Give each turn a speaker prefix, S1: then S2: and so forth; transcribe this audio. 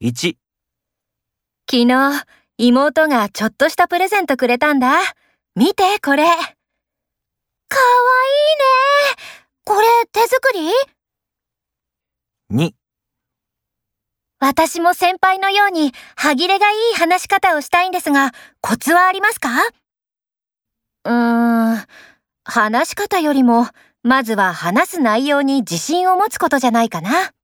S1: 1、
S2: 昨日、妹がちょっとしたプレゼントくれたんだ。見て、これ。かわいいね。これ、手作り？
S1: 2、
S2: 私も先輩のように歯切れがいい話し方をしたいんですが、コツはありますか？話し方よりも、まずは話す内容に自信を持つことじゃないかな。